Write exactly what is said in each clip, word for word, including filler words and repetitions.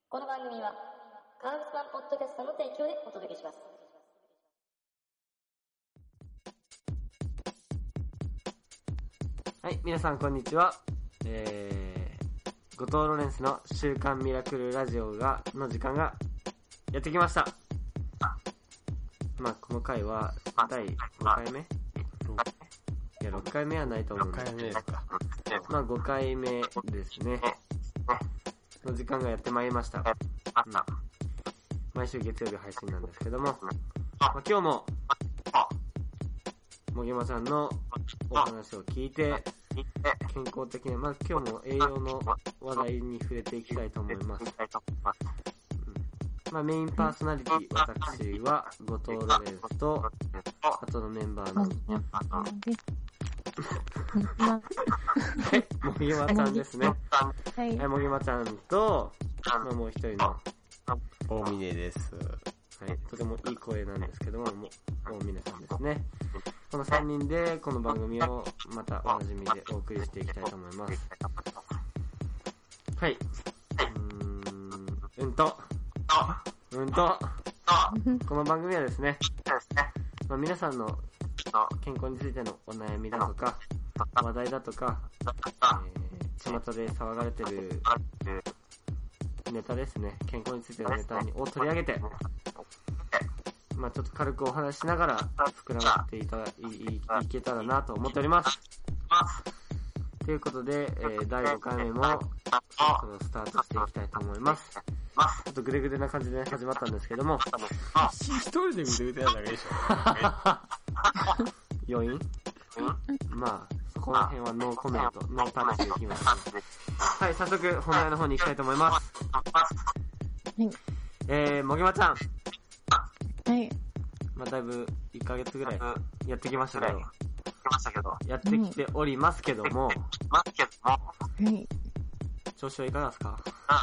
この番組はカーブスパンポッドキャストの提供でお届けします。 はい、皆さんこんにちは。えー、後藤ロレンスの週刊ミラクルラジオがの時間がやってきました。まあこの回はだいごかいめ？いやろっかいめはないと思うんで。 ろっかいめですか。 まあごかいめですね。の時間がやってまいりました。うん、毎週月曜日配信なんですけども、まあ、今日ももぎまさんのお話を聞いて健康的な、まあ今日も栄養の話題に触れていきたいと思います。うん、まあメインパーソナリティ私は後藤ロレンスとあとのメンバーのはい、もぎまちゃんですね。はい、もぎまちゃんと、まあ、もう一人の大峰です。 はい、とてもいい声なんですけども、も大峰さんですね。このさんにんでこの番組をまたおなじみでお送りしていきたいと思います。はい。うーん、うんと、うんと、この番組はですね、まあ、皆さんの健康についてのお悩みだとか、話題だとか、えー、巷で騒がれてるネタですね。健康についてのネタを取り上げて、まあちょっと軽くお話しながら膨らませていただ い, い, いけたらなと思っております。ということで、えー、だいごかいめもスタートしていきたいと思います。ちょっとグレグレな感じで始まったんですけども、 一人でグレグレなだけでしょ。 要因まあそこら辺はノーコメント、ノータッチでいきます、ね。はい、早速本題の方に行きたいと思います。はい。えー、もぎまちゃん。 はい。 まあだいぶいっかげつぐらいやってきましたけど、やってきておりますけども、 はい。 調子はいかがですか？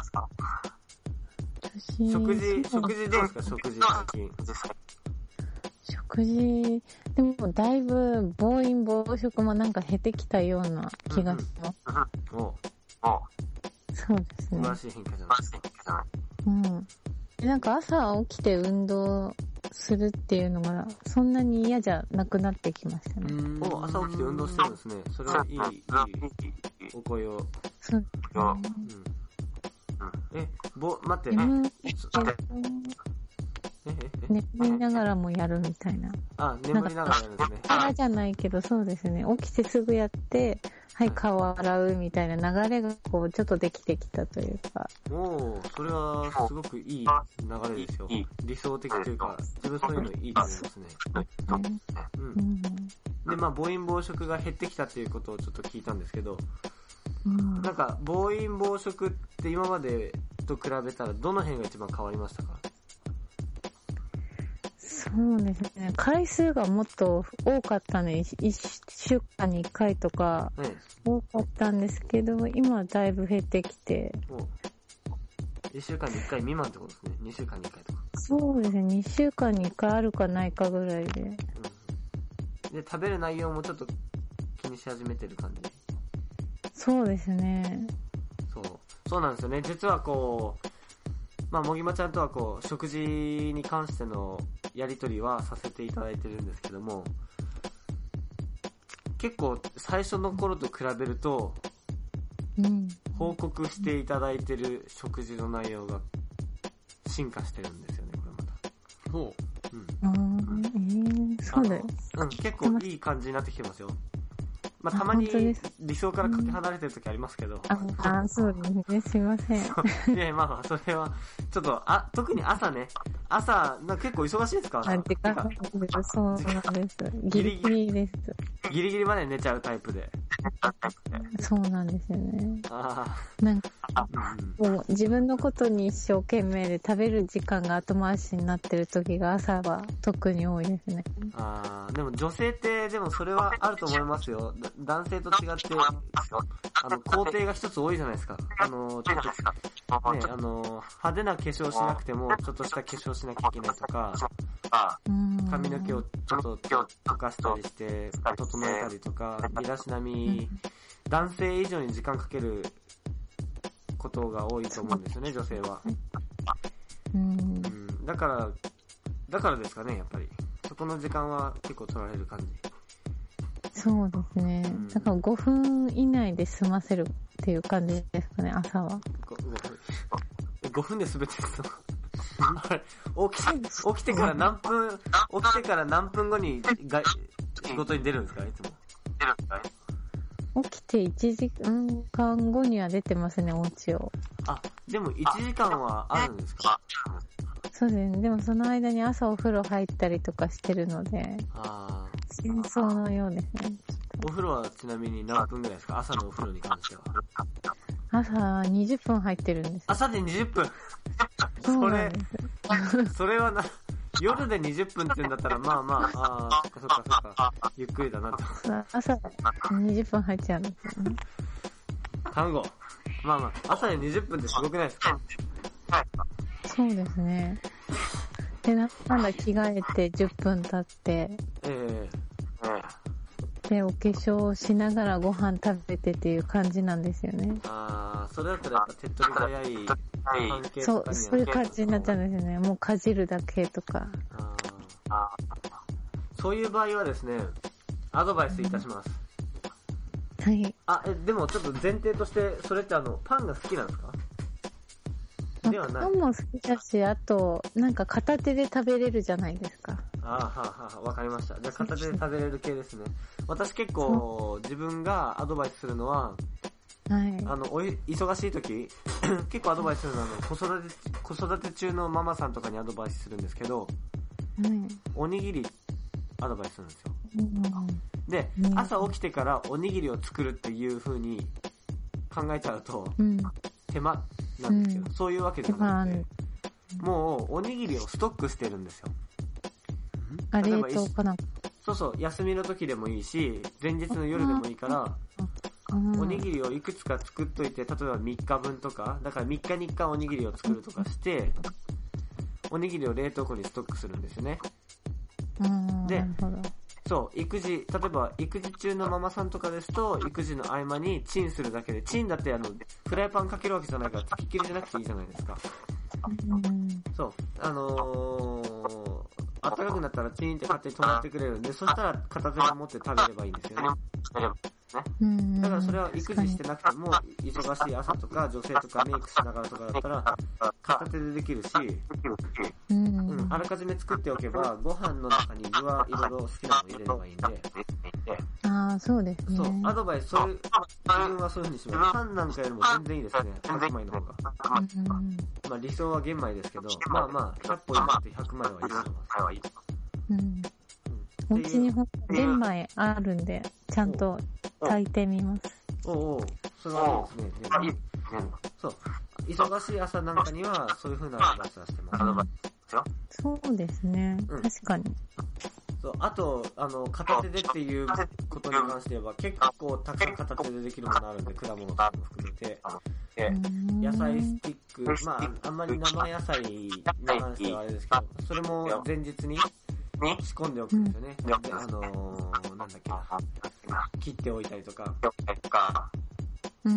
私食事、食事どうですか？食事最近。 食事、でもだいぶ暴飲暴食もなんか減ってきたような気がします。 うんうん、おそうですね。 素晴らしい変化じゃないですか。 うん。なんか朝起きて運動するっていうのがそんなに嫌じゃなくなってきましたね。 うん。お、朝起きて運動してるんですね。それはいい、いいお声を。 そうですね。 うん。え、ぼ、待って。 眠りながらもやるみたいな。 あ、眠りながらやるんですね。 腹じゃないけど、そうですね。起きてすぐやって、はい、顔洗うみたいな流れがこう、ちょっとできてきたというか。 おー、それはすごくいい流れですよ。理想的というか、自分そういうのいいと思いますね。うん。で、まあ、暴飲暴食が減ってきたっていうことをちょっと聞いたんですけど、 うん、 なんか、暴飲暴食って今までと比べたらどの辺が一番変わりましたか？ そうですね。回数がもっと多かったね。一週間に一回とか、多かったんですけど、今はだいぶ減ってきて。 一週間に一回未満ってことですね。二週間に一回とか。 そうですね。二週間に一回あるかないかぐらいで。うん。 で、食べる内容もちょっと気にし始めてる感じ。 そうですね。 そう。そうなんですよね。実はこう、まあ、もぎまちゃんとはこう、食事に関してのやりとりはさせていただいてるんですけども、結構最初の頃と比べると、 うん、 報告していただいてる食事の内容が進化してるんですよね、これまた。 ほう。うん。あー、えー、そうだよ。 うん、結構いい感じになってきてますよ。まあ、たまに理想からかけ離れてる時ありますけど。 ああ、そうですね。すいません。 いや、まあまあ、それは、ちょっと、あ、特に朝ね。朝、なんか結構忙しいですか？ あ、時間です。そうなんです。ギリギリです。 ギリギリまで寝ちゃうタイプで。 そうなんですよね。 ああ。なんか、うん、もう自分のことに一生懸命で食べる時間が後回しになってる時が朝は特に多いですね。 ああ、でも女性ってでもそれはあると思いますよ。男性と違って、あの、工程が一つ多いじゃないですか。あの、ちょっと、ね、あの、派手な化粧しなくても、ちょっとした化粧しなきゃいけないとか、髪の毛をちょっと溶かしたりして、整えたりとか、身だしなみ、男性以上に時間かけることが多いと思うんですよね、女性は。 うん。 うん。だから、だからですかね、やっぱり。そこの時間は結構取られる感じ。 そうですね。うん、だからごふん以内で済ませるっていう感じですかね、朝は。 ごふん。ごふんで全て済む。起きて、起きてから何分、起きてから何分後にが仕事に出るんですか、いつも。出るんですか起きていちじかんごには出てますね、お家を。 あ、でもいちじかんはあるんですか？ そうですね。でもその間に朝お風呂入ったりとかしてるので、 あ戦争のようですね。 お風呂はちなみに何分ぐらいですか？朝のお風呂に関しては。 朝にじゅっぷん入ってるんです。 朝でにじゅっぷんそうなんです。 それはな、夜でにじゅっぷんって言うんだったら、まあまあ、ああ、そっかそっかそっか、ゆっくりだなと。 朝にじゅっぷん入っちゃうんですよね。 単語。まあまあ、朝でにじゅっぷんってすごくないですか？ そうですね。で、な、なんだ着替えてじゅっぷん経って、 ええで、お化粧しながらご飯食べてっていう感じなんですよね。 ああ、それだったらやっぱ手っ取り早い関係そう、 とかにはそういう感じになっちゃうんですよね。もうかじるだけとか。 あそういう場合はですね、アドバイスいたします。 はい。 あ、え、でもちょっと前提として、それってあの、パンが好きなんですか？ではない。 パンも好きだし、あと、なんか片手で食べれるじゃないですか。 ああ、はあ、はあ、わかりました。じゃあ片手で食べれる系ですね。私結構、自分がアドバイスするのは、 はい。 あの、おい、忙しい時、結構アドバイスするのは、あの、子育て、子育て中のママさんとかにアドバイスするんですけど、 はい。 おにぎり、アドバイスするんですよ。 うん、 で、うん、朝起きてからおにぎりを作るっていう風に考えちゃうと、うん、手間なんですけど、うん、そういうわけじゃなくて、もうおにぎりをストックしてるんですよ。 あ、冷凍かな？ そうそう、休みの時でもいいし、前日の夜でもいいから、おにぎりをいくつか作っといて、例えばみっかぶんとか、だからみっかにいっかおにぎりを作るとかして、おにぎりを冷凍庫にストックするんですよね。で、そう、育児、例えば育児中のママさんとかですと、育児の合間にチンするだけで、チンだってあの、フライパンかけるわけじゃないから、つきっきりじゃなくていいじゃないですか。そう、あのー、暖かくなったらチンって勝手に止まってくれるんで、そしたら片手で持って食べればいいんですよね。だからそれは育児してなくても、忙しい朝とか女性とかメイクしながらとかだったら、片手でできるし、うん、あらかじめ作っておけば、ご飯の中に具はいろいろ好きなの入れればいいんで。 ああ、そうですね。そう、 アドバイス、そういう、自分はそういう風にします。パンなんかよりも全然いいですね。白米の方が。うん、まあ理想は玄米ですけど、まあまあ、ひゃっぽ譲ってひゃくまいはいいと思います。うん。 お家に玄米あるんで、ちゃんと炊いてみます。 おうおう、それはいいですね。そう。忙しい朝なんかには、そういう風なアドバイスはしてます。 そうですね。うん、確かに。 そう、あと、あの、片手でっていうことに関して言えば、結構たくさん片手でできるものあるんで、果物とかも含めて。野菜スティック、まあ、あんまり生野菜に関してはあれですけど、それも前日に仕込んでおくんですよね。で、あのー、なんだっけな、切っておいたりとか。 うん、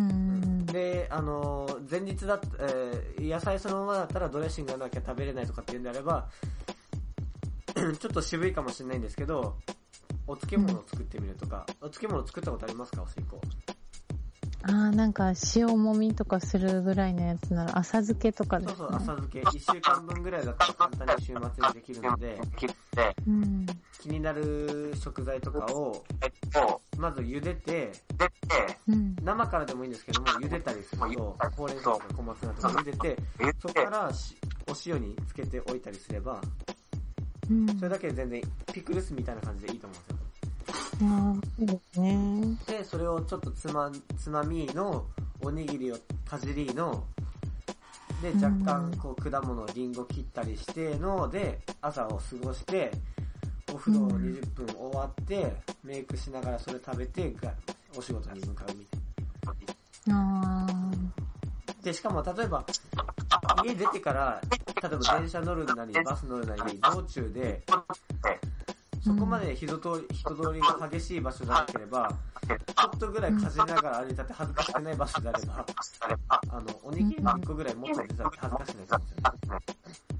で、あのー、前日だっ、えー、野菜そのままだったらドレッシングがなきゃ食べれないとかっていうんであれば、ちょっと渋いかもしれないんですけど、お漬物を作ってみるとか、お漬物作ったことありますか、おしんこ？ ああ、なんか塩もみとかするぐらいのやつなら浅漬けとかですね。 そうそう、浅漬け。いっしゅうかんぶんぐらいだったら簡単に週末にできるので、 うん、 気になる食材とかを、まず茹でて、 うん、 生からでもいいんですけども、茹でたりすると、ほうれん草とか小松菜とか茹でて、そこからお塩につけておいたりすれば、うん、それだけで全然ピクルスみたいな感じでいいと思うんですよ。 ああ、そうですね。 で、それをちょっとつま、つまみのおにぎりをかじりの、で、若干こう果物、リンゴ切ったりしてので、朝を過ごして、お風呂にじゅっぷん終わって、メイクしながらそれ食べて、お仕事に向かうみたいな。 あー。で、しかも例えば、家出てから、例えば電車乗るなり、バス乗るなり、道中で、そこまで人通り、人通りが激しい場所じゃなければ、ちょっとぐらいかじりながら歩いたって恥ずかしくない場所であれば、あの、おにぎりいっこぐらい持って出たって恥ずかしくないと思うんですよね。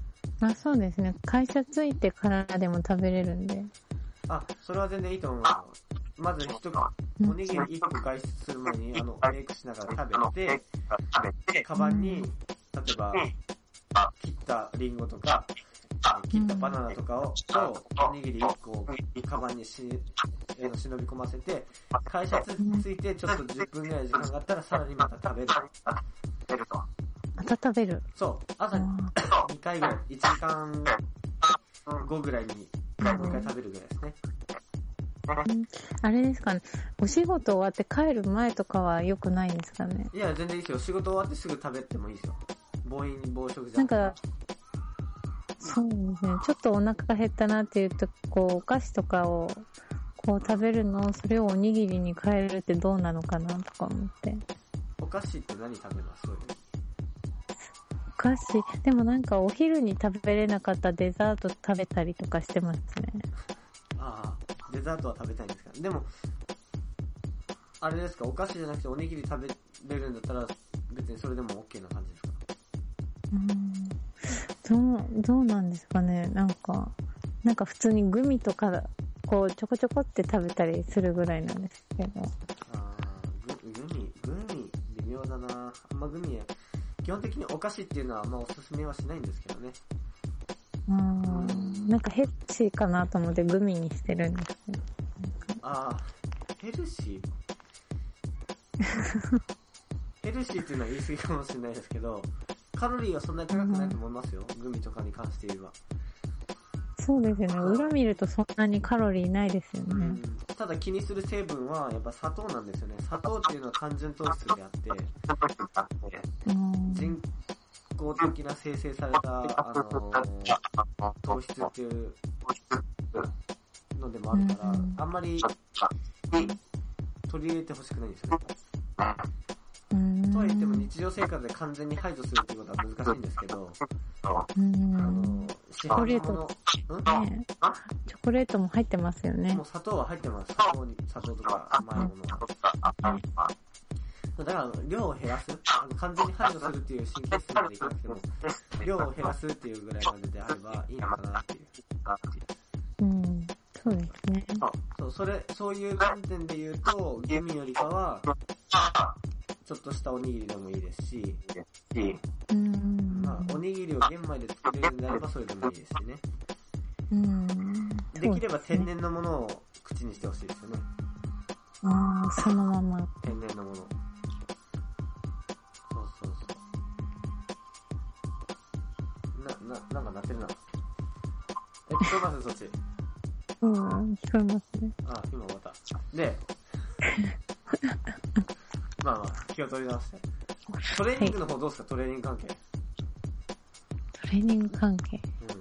あ、そうですね。会社着いてからでも食べれるんで。 あ、それは全然いいと思いますよ。まず一つ、おにぎりいっこ外出する前に、あの、メイクしながら食べて、カバンに、例えば、切ったリンゴとか、切ったバナナとかを、と、おにぎりいっこをカバンにし、えー、忍び込ませて、会社着いてちょっとじゅっぷんぐらい時間があったらさらにまた食べる。 また食べる。 そう。朝にかいぐらい、いちじかんごぐらいににかい食べるぐらいですね。 あれですかね。お仕事終わって帰る前とかは良くないんですかね。 いや、全然いいですよ。仕事終わってすぐ食べてもいいですよ。暴飲暴食じゃなんか、そうですね。ちょっとお腹が減ったなっていうと、こう、お菓子とかを、こう食べるの、それをおにぎりに変えるってどうなのかなとか思って。 お菓子って何食べます？そういうお菓子、でもなんかお昼に食べれなかったデザート食べたりとかしてますね。 ああ、デザートは食べたいんですか？でも、あれですか、お菓子じゃなくておにぎり食べれるんだったら、別にそれでも OK な感じですか？ うーん、どう、どうなんですかね。なんか、なんか普通にグミとか、こうちょこちょこって食べたりするぐらいなんですけど。 あー、グ, グミ、グミ、微妙だな。あんまグミ、基本的にお菓子っていうのはあんまおすすめはしないんですけどね。 うーん、なんかヘルシーかなと思ってグミにしてるんですけど。 ああ、ヘルシーヘルシーっていうのは言い過ぎかもしれないですけど、カロリーはそんなに高くないと思いますよ、うん、グミとかに関して言えば。 そうですよね。裏見るとそんなにカロリーないですよね。うん、 ただ気にする成分はやっぱ砂糖なんですよね。砂糖っていうのは単純糖質であって、うん、人工的な生成された、あのー、糖質っていうのでもあるから、うん、あんまり取り入れてほしくないんですよね。とは言っても日常生活で完全に排除するっていうことは難しいんですけど、 うん、 あの市販のもの、 うんね、チョコレートも入ってますよね。 もう砂糖は入ってます。砂糖に砂糖とか甘いものは。だから量を減らす、あの完全に排除するっていう神経質までいかなくても、量を減らすっていうぐらいまでであればいいのかなっていう。 うん、そうですね。 そう、それ、そういう観点で言うと、グミよりかは、ちょっとしたおにぎりでもいいですし、 うん、 まあ、おにぎりを玄米で作れるんであればそれでもいいですしね。 うん、 できれば天然のものを口にしてほしいですよね。 ああ、そのまま。 天然のもの。そうそうそう。な、な、なんか鳴ってるな。え、聞こえますそっち。 うん、聞こえますね。 あ、今終わった。で、まあまあ、気を取り直して。トレーニングの方どうですか、はい、トレーニング関係。 トレーニング関係。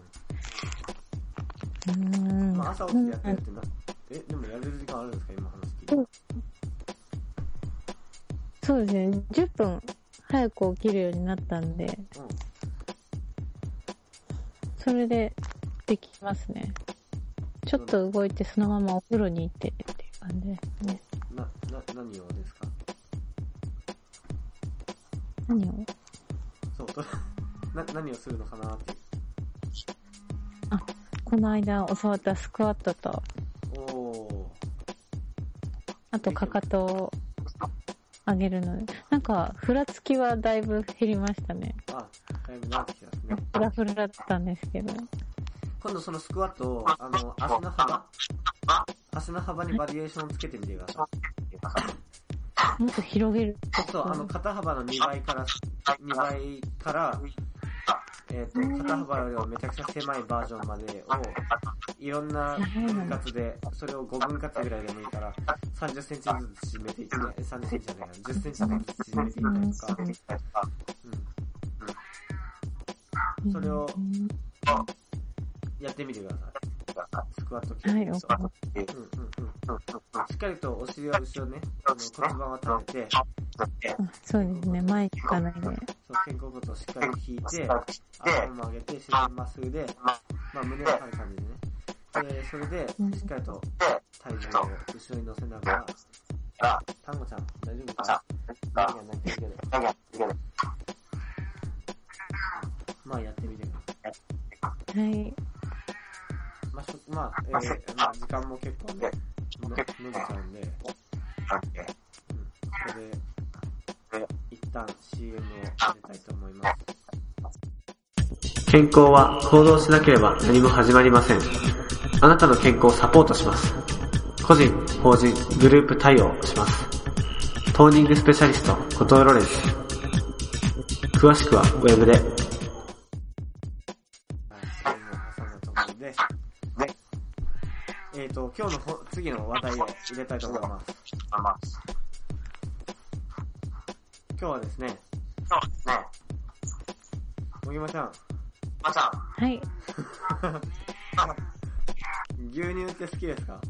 うん。うーん。 まあ朝起きてやってるってな、え、でもやれる時間あるんですか、今話聞いて。 うん、そうですね、じゅっぷん早く起きるようになったんで、うん、それでできますね。ちょっと動いてそのままお風呂に行ってっていう感じですね。 な、な、何をですか？ 何をそう、な、何をするのかなって。 あ、この間教わったスクワットと、 おあとかかとを上げるので、なんか、ふらつきはだいぶ減りましたね。 あ、だいぶなってきたですね。 ふらふらだったんですけど。 今度そのスクワットを、あの、足の幅足の幅にバリエーションをつけてみてください。 もっと広げる。 そう、あの、肩幅のにばいから、にばいから、えっと、肩幅よりもめちゃくちゃ狭いバージョンまでを、いろんな分割で、それをごぶん割ぐらいでもいいから、さんじゅっセンチずつ縮めていって、え、さんじゅっセンチじゃないな、じゅっセンチずつ縮めていったりとか、うん。それを、やってみてください。スクワット筋肉と。はい、うんうんうん。しっかりとお尻は後ろね、あの骨盤は立てて、 そうですね、前に行かないで。そう、 肩甲骨をしっかり引いて、頭も上げて、自然まっすぐで、まあ胸を張る感じでね。で、それで、しっかりと体重を後ろに乗せながら、タンゴちゃん、大丈夫か？何が泣いてるけど。まあやってみてください。 はい。 まあ、しょまあ、えー、まあ、時間も結構ね、の伸びちゃうんで、うん、ここで、一旦 シーエム を入れたいと思います。健康は行動しなければ何も始まりません。あなたの健康をサポートします。個人、法人、グループ対応します。トーニングスペシャリスト、後藤ロレンス。詳しくはウェブで。えっと、今日の次の話題を入れたいと思います。今日はですね、もぎまちゃん。 はい。 牛乳って好きですか？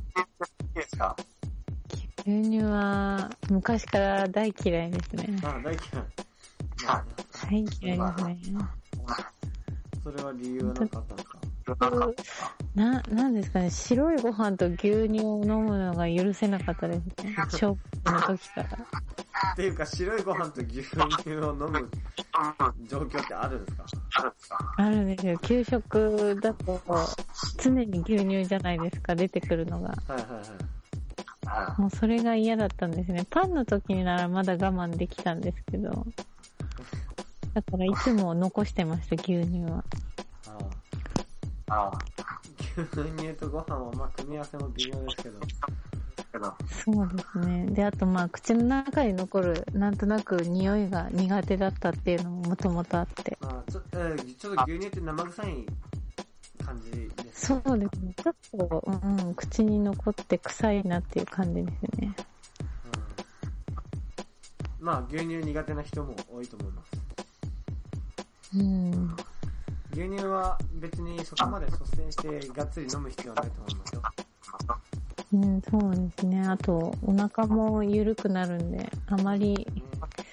牛乳は昔から大嫌いですね。 あ、大嫌い。まあ、 大嫌いですね。 それは理由は何かあったんですか？ な、なんですかね、白いご飯と牛乳を飲むのが許せなかったですね。小学の時から。 っていうか、白いご飯と牛乳を飲む状況ってあるんですか？ あるんですよ。給食だと常に牛乳じゃないですか、出てくるのが。 はいはいはい。 もうそれが嫌だったんですね。パンの時にならまだ我慢できたんですけど。だからいつも残してました、牛乳は。 ああ。牛乳とご飯はまあ組み合わせも微妙ですけど。 そうですね。で、あとまあ口の中に残るなんとなく匂いが苦手だったっていうのももともとあって。 あちょ、えー、ちょっと牛乳って生臭い感じですか？そうですね。ちょっと、うん、口に残って臭いなっていう感じですね。 うん、まあ牛乳苦手な人も多いと思います。 うん。 牛乳は別にそこまで率先してがっつり飲む必要はないと思いますよ。 うん、そうですね。あと、お腹も緩くなるんで、あまり、 ね、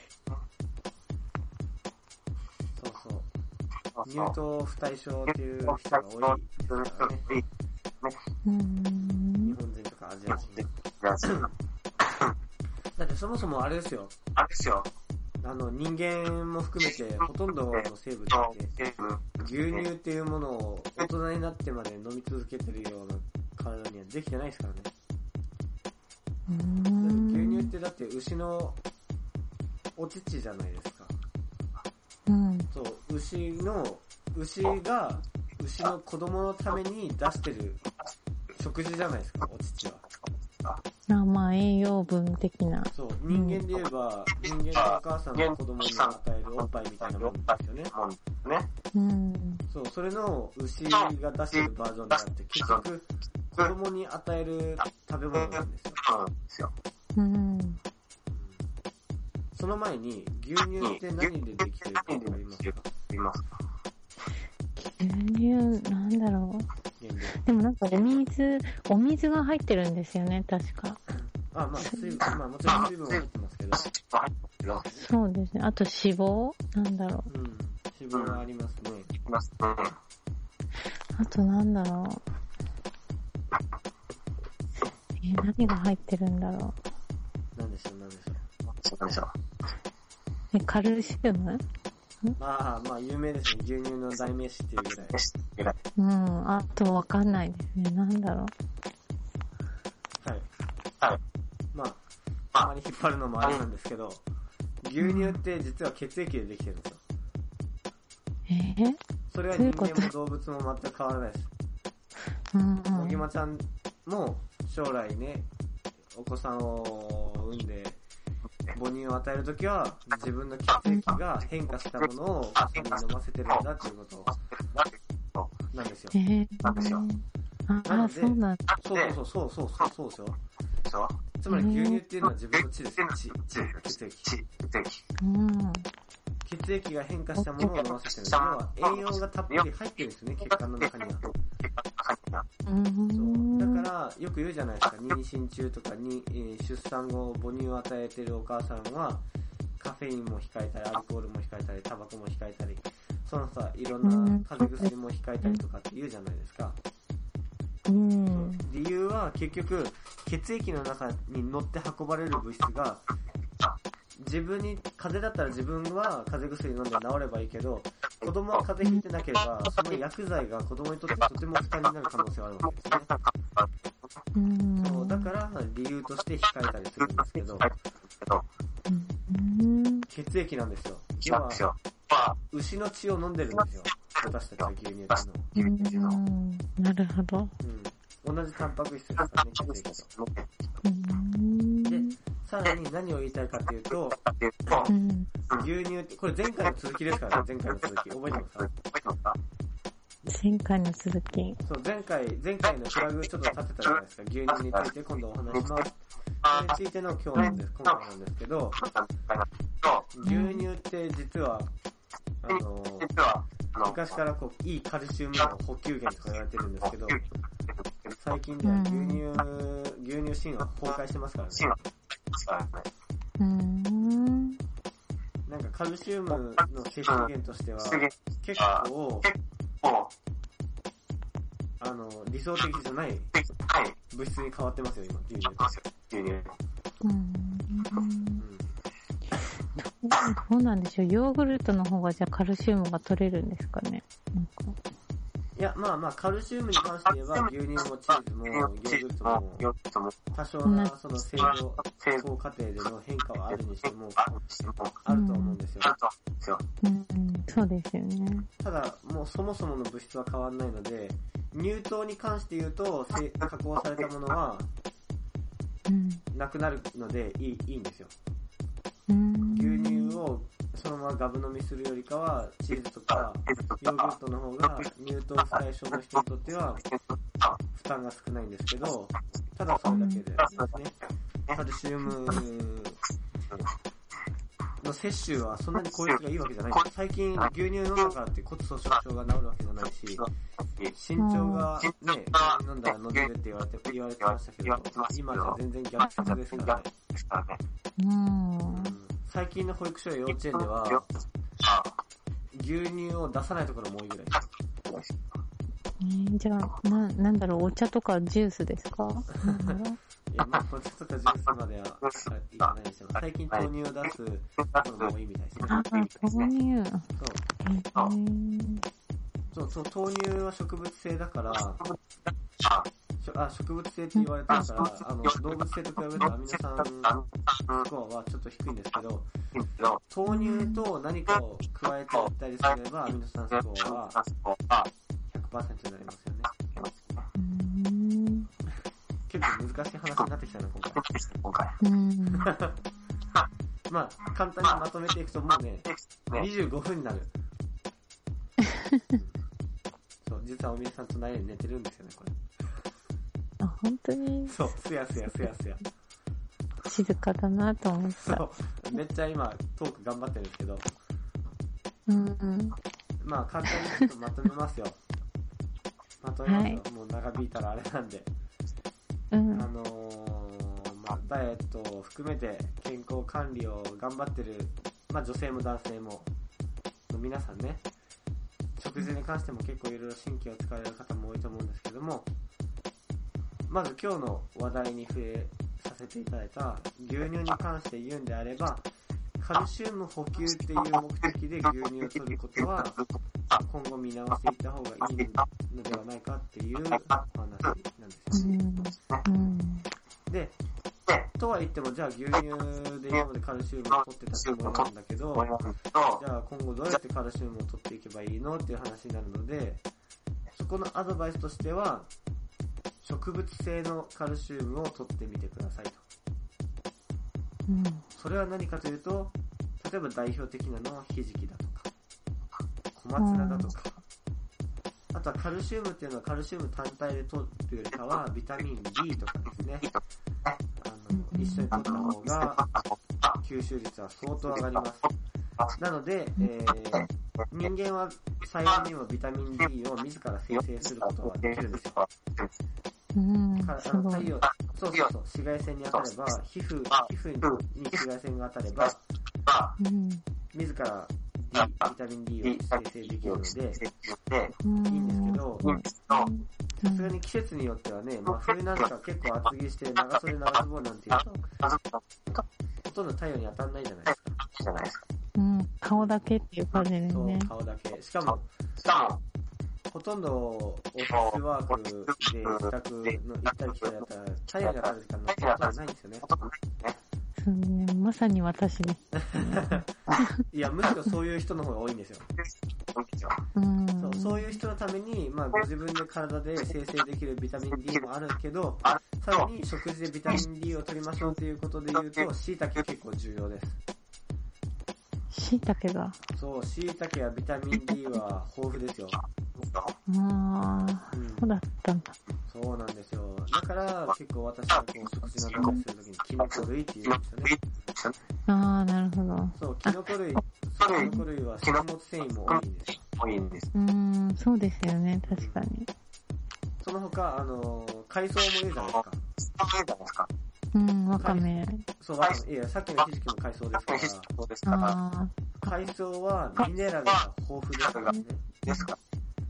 そうそう。乳糖不対症っていう人が多いですからね。 うん。 日本人とかアジア人。だってそもそもあれですよ。あれですよ。あの、人間も含めてほとんどの生物って牛乳っていうものを大人になってまで飲み続けてるような体にはできてないですからね。 うーん、 牛乳ってだって牛のお乳じゃないですか。 うん。 そう、牛の、牛が牛の子供のために出してる食事じゃないですか、お乳は。 あ、まあ栄養分的な。 そう、人間で言えば、人間とお母さんが子供に与えるおっぱいみたいなもんですよね。 うん。 そう、それの牛が出してるバージョンであって、結局、子供に与える食べ物なんですよ。 うん。 その前に、牛乳って何でできてるかわかりますか？ 牛乳、なんだろう。でもなんかお水、お水が入ってるんですよね、確か。 あ、まあ、水分、まあもちろん水分は入ってますけど。 そうですね。あと脂肪なんだろう。 うん。脂肪がありますね。 あとなんだろう。え、何が入ってるんだろう。なんでしょう、なんでしょう。なんでしょう。 え、カルシウム？ まあ、まあ、有名ですね。牛乳の代名詞っていうぐらい。 うん、あとわかんないですね。なんだろう。はい。はい。まあ、あまり引っ張るのもあれなんですけど、牛乳って実は血液でできてるんですよ。 えー、 それは人間も動物も全く変わらないです。 うんうん。 もぎまちゃんも将来ね、お子さんを産んで、母乳を与えるときは、自分の血液が変化したものをお子さんに飲ませてるんだっていうことなんですよ。 えー、なんですよ。ああ、そうなんだ。 そうそうそうそうそうそうですよ。つまり牛乳っていうのは自分の血ですよ。血、血液。 うん。 血液が変化したものを飲ませてる。要は栄養がたっぷり入ってるんですよね、血管の中には。 うん、 そう。だから、よく言うじゃないですか、妊娠中とかに、えー、出産後母乳を与えてるお母さんは、カフェインも控えたり、アルコールも控えたり、タバコも控えたり、そのさ、いろんな風邪薬も控えたりとかって言うじゃないですか。 うん、 理由は結局、血液の中に乗って運ばれる物質が、 自分に、風邪だったら自分は風邪薬飲んで治ればいいけど、子供は風邪ひいてなければ、その薬剤が子供にとってとても負担になる可能性があるわけですね。 うん。 そう、だから理由として控えたりするんですけど、 うん。 血液なんですよ。要は、牛の血を飲んでるんですよ。私たちは牛乳っていうのは。 うん。なるほど。 うん。同じタンパク質ですからね、血液と。 うん。 で、さらに何を言いたいかっていうと、 うん、 牛乳って、これ前回の続きですからね、前回の続き。覚えてますか？ 前回の続き。 そう、前回、前回のフラグちょっと立てたじゃないですか。牛乳について今度お話します。それについての今日なんです、今回なんですけど、牛乳って実は、あの、昔からこう、いいカルシウムの補給源とか言われてるんですけど、最近では牛乳、牛乳神話崩壊してますからね。 うーん。 なんかカルシウムの摂取源としては、結構、あの、理想的じゃない物質に変わってますよ、今、牛乳。牛乳。 うん。うん、どうなんでしょう、ヨーグルトの方がじゃあカルシウムが取れるんですかね。なんかいや、まあまあ、カルシウムに関して言えば、牛乳もチーズもヨーグルトも、多少なその製造、製造過程での変化はあるにしても、あると思うんですよ。 うん、うん、そうですよね。 ただ、もうそもそもの物質は変わらないので、乳糖に関して言うと、加工されたものは、なくなるのでいい、いいんですよ。 うん、 牛乳をそのままガブ飲みするよりかは、チーズとかヨーグルトの方が乳糖不対症の人にとっては負担が少ないんですけど、ただそれだけでですね、カルシウムの摂取はそんなに効率がいいわけじゃないんです。最近牛乳飲んだからって骨粗鬆症が治るわけじゃないし、身長がね、牛乳飲んだら伸びるって言われて、言われてましたけど、今じゃ全然逆説ですからね。 うん、 最近の保育所や幼稚園では、牛乳を出さないところも多いぐらい。 えー、じゃあ、な、なんだろう、お茶とかジュースですか？ いや、まあ、お茶とかジュースまではいかないですよ。最近豆乳を出すところも多いみたいですね。 あ、豆乳。そう。 えー、そう、そう、豆乳は植物性だから、あ、植物性って言われてるから、あの、動物性と比べるとアミノ酸スコアはちょっと低いんですけど、豆乳と何かを加えていったりすれば、アミノ酸スコアは ひゃくパーセント になりますよね。結構難しい話になってきたな、今回。うん、まあ、簡単にまとめていくともうね、にじゅうごふんになる。そう、実はおみえさん隣に寝てるんですよね、これ。 あ、本当に？ そう、すやすやすやすや。 静かだなと思った。 そう、めっちゃ今トーク頑張ってるんですけど。 うんうん。 まあ簡単にちょっとまとめますよ。まとめますよ。はい、もう長引いたらあれなんで。うん、あのー、まあダイエットを含めて健康管理を頑張ってる、まあ女性も男性も、皆さんね、食事に関しても結構いろいろ神経を使われる方も多いと思うんですけども、まず今日の話題に触れさせていただいた牛乳に関して言うんであれば、カルシウム補給っていう目的で牛乳を取ることは今後見直していった方がいいのではないかっていうお話なんですよね。うんうん、で、とは言ってもじゃあ牛乳で今までカルシウムを取ってたつもりなんだけど、じゃあ今後どうやってカルシウムを取っていけばいいのっていう話になるので、そこのアドバイスとしては、植物性のカルシウムを取ってみてくださいと。うん、それは何かというと、例えば代表的なのはひじきだとか、小松菜だとか、うん、あとはカルシウムっていうのはカルシウム単体で取るよりかはビタミン D とかですね、あの一緒に取った方が吸収率は相当上がります。なので、えー、人間は細胞にもビタミン D を自ら生成することができるんですよ。うん、太陽、そうそうそう、紫外線に当たれば、皮膚、皮膚に紫外線が当たれば、うん、自ら D、ビタミン D を生成できるので、いいんですけど、さすがに季節によってはね、まあ冬なんか結構厚着して長袖長ズボンなんていうと、ほとんど太陽に当たんないじゃないですか。 うん、顔だけっていう感じですね。 そう、顔だけ。しかも、ほとんどオフィスワークで自宅の行ったり来たりだったら、太陽に当たる時間なんてほとんどないんですよね。 そうね、まさに私です。 いや、むしろそういう人の方が多いんですよ。 うん、 そう、そういう人のために、まあ、ご自分で体で生成できるビタミン D もあるけど、さらに食事でビタミン D を取りましょうということで言うと、椎茸結構重要です。 椎茸がそう、椎茸やビタミン D は豊富ですよ。 ああ、うん、そうだったんだ。 そうなんですよ。だから結構私はこう食事などをするときにキノコ類って言うんですよね。 ああ、なるほど。 そう、キノコ類、キノコ類は食物繊維も多いんですよ。多いんです。 うーん、そうですよね、確かに。 その他、あの、海藻もいるじゃないですか。 うん、わかめ。 そう、わかめ。いや、さっきのひじきも海藻ですから。あ海藻はミネラルが豊富ですからね。ですか。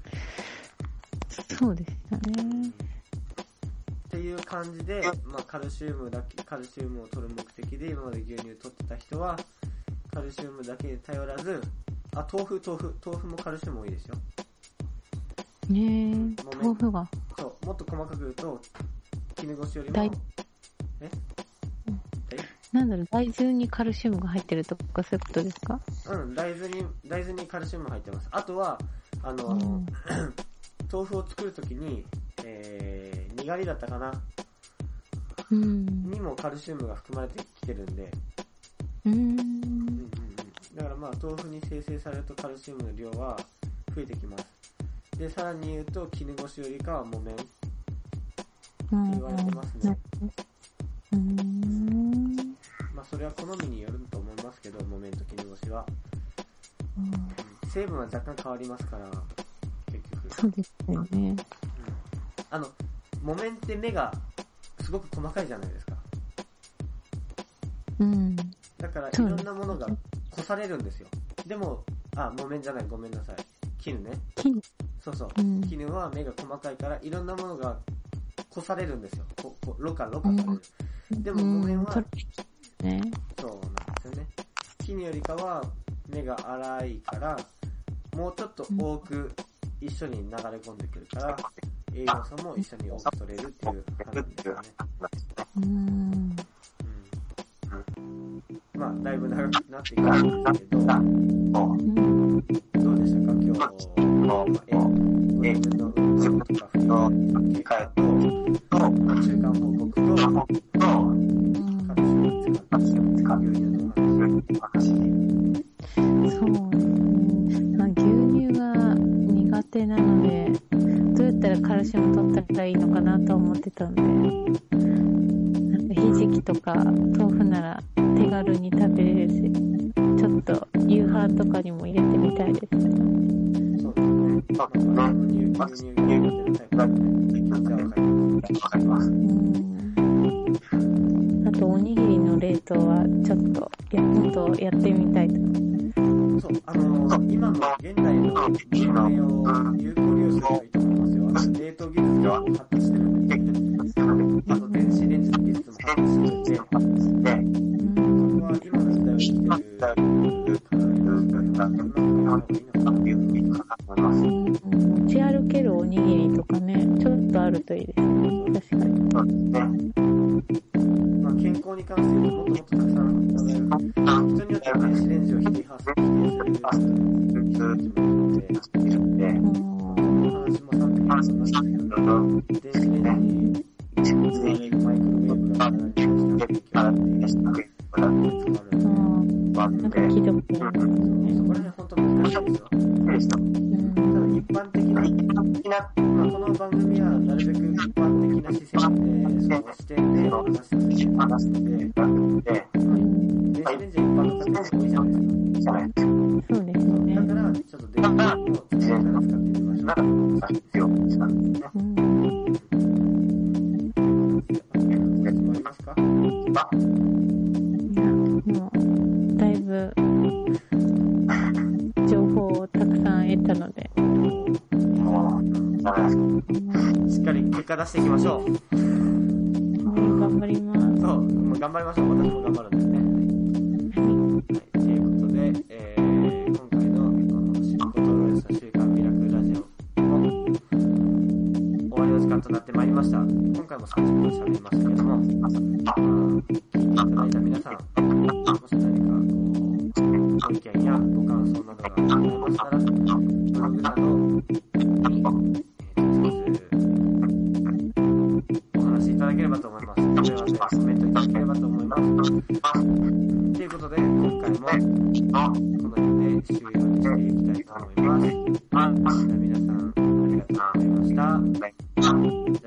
そうでしたね。 っていう感じで、まあ、カルシウムだけ、カルシウムを取る目的で今まで牛乳取ってた人は、カルシウムだけに頼らず、あ、豆腐、豆腐、豆腐もカルシウム多いですよ。 ねえ、豆腐が。 そう、もっと細かく言うと、絹ごしよりも、えなんだろう、大豆にカルシウムが入ってるとかそういうことですか？ うん、大豆に、大豆にカルシウム入ってます。あとは、あの、うん、豆腐を作るときに、えー、にがりだったかな、うん、にもカルシウムが含まれてきてるんで、うんうんうん、だからまあ豆腐に生成されるとカルシウムの量は増えてきます。で、さらに言うと絹ごしよりかは木綿って言われてますね。うん、まあそれは好みによると思いますけど、木綿と絹ごしは、うん、成分は若干変わりますから結局。 そうですよね。うん、 あの木綿って目がすごく細かいじゃないですか。 うん。 だからいろんなものがこされるんですよ。でも、あ、木綿じゃない、ごめんなさい。絹ね。 絹。 そうそう。うん、絹は目が細かいからいろんなものがこされるんですよ。こころ過ろ過される。うん、でも木綿は、 うん、ね、 そうなんですよね。絹よりかは目が粗いからもうちょっと多く一緒に流れ込んでくるから、栄養素も一緒に多く取れるっていう感じですよね。うーん。まあ、だいぶ長くなってきたんですけど、どうでしたか、今日の、えー、ご自分の運動とか振りの結果と、中間報告と、カルシウム使った牛乳の話。 そうですね。まあ、牛乳が苦手なので、どうやったらカルシウム取ったらいいのかなと思ってたんで、なんかひじきとか豆腐なら手軽に食べれるし、ちょっと夕飯とかにも入れてみたいです。そうですね。牛乳牛乳がわかります。あとおにぎりの冷凍はちょっとやっとやってみたいと。 そう、あのー、今の現代の牛乳を有効利用するといいと思いますよ。あの冷凍技術が発達してるんで、あと電子レンジの技術も発達してるんで、そこは今の時代を生きてるから持ち歩けるおにぎりとかね、ちょっとあるといいですね。確かに。 まあ、健康に関してももっともっとたくさん人によっては電子レンジを否定する人もいるので、その話もさんときになりましたけど、電子レンジに使われるマイクロウェーブが体に対して影響しているっていうのがあるので、 聞いたことありますね。 そこら辺本当難しいですよ。ただ一般的な、まあ、この番組はなるべく一般的な視線で、その視点で話させていただくので、電子レンジ一般の方も多いじゃないですか。 そうですね。 だから、ちょっと電子レンジを使ってみましょう。なんか必要したんですね。うん。質問ありますか？ いや、もう、だいぶ、情報をたくさん得たので。 しっかり結果出していきましょう。 頑張ります。 そう、もう頑張りましょう。私も頑張るんですね。 もさんじゅっぷん喋りましたけども、まあ、聞いていただいた皆さん、もし何かこう、ご意見やご感想などがございましたら、ブログなどに、えー、直接お話しいただければと思います。それはね、コメントいただければと思います。ということで、今回もこの辺で終了にしていきたいと思います。皆さん、ありがとうございました。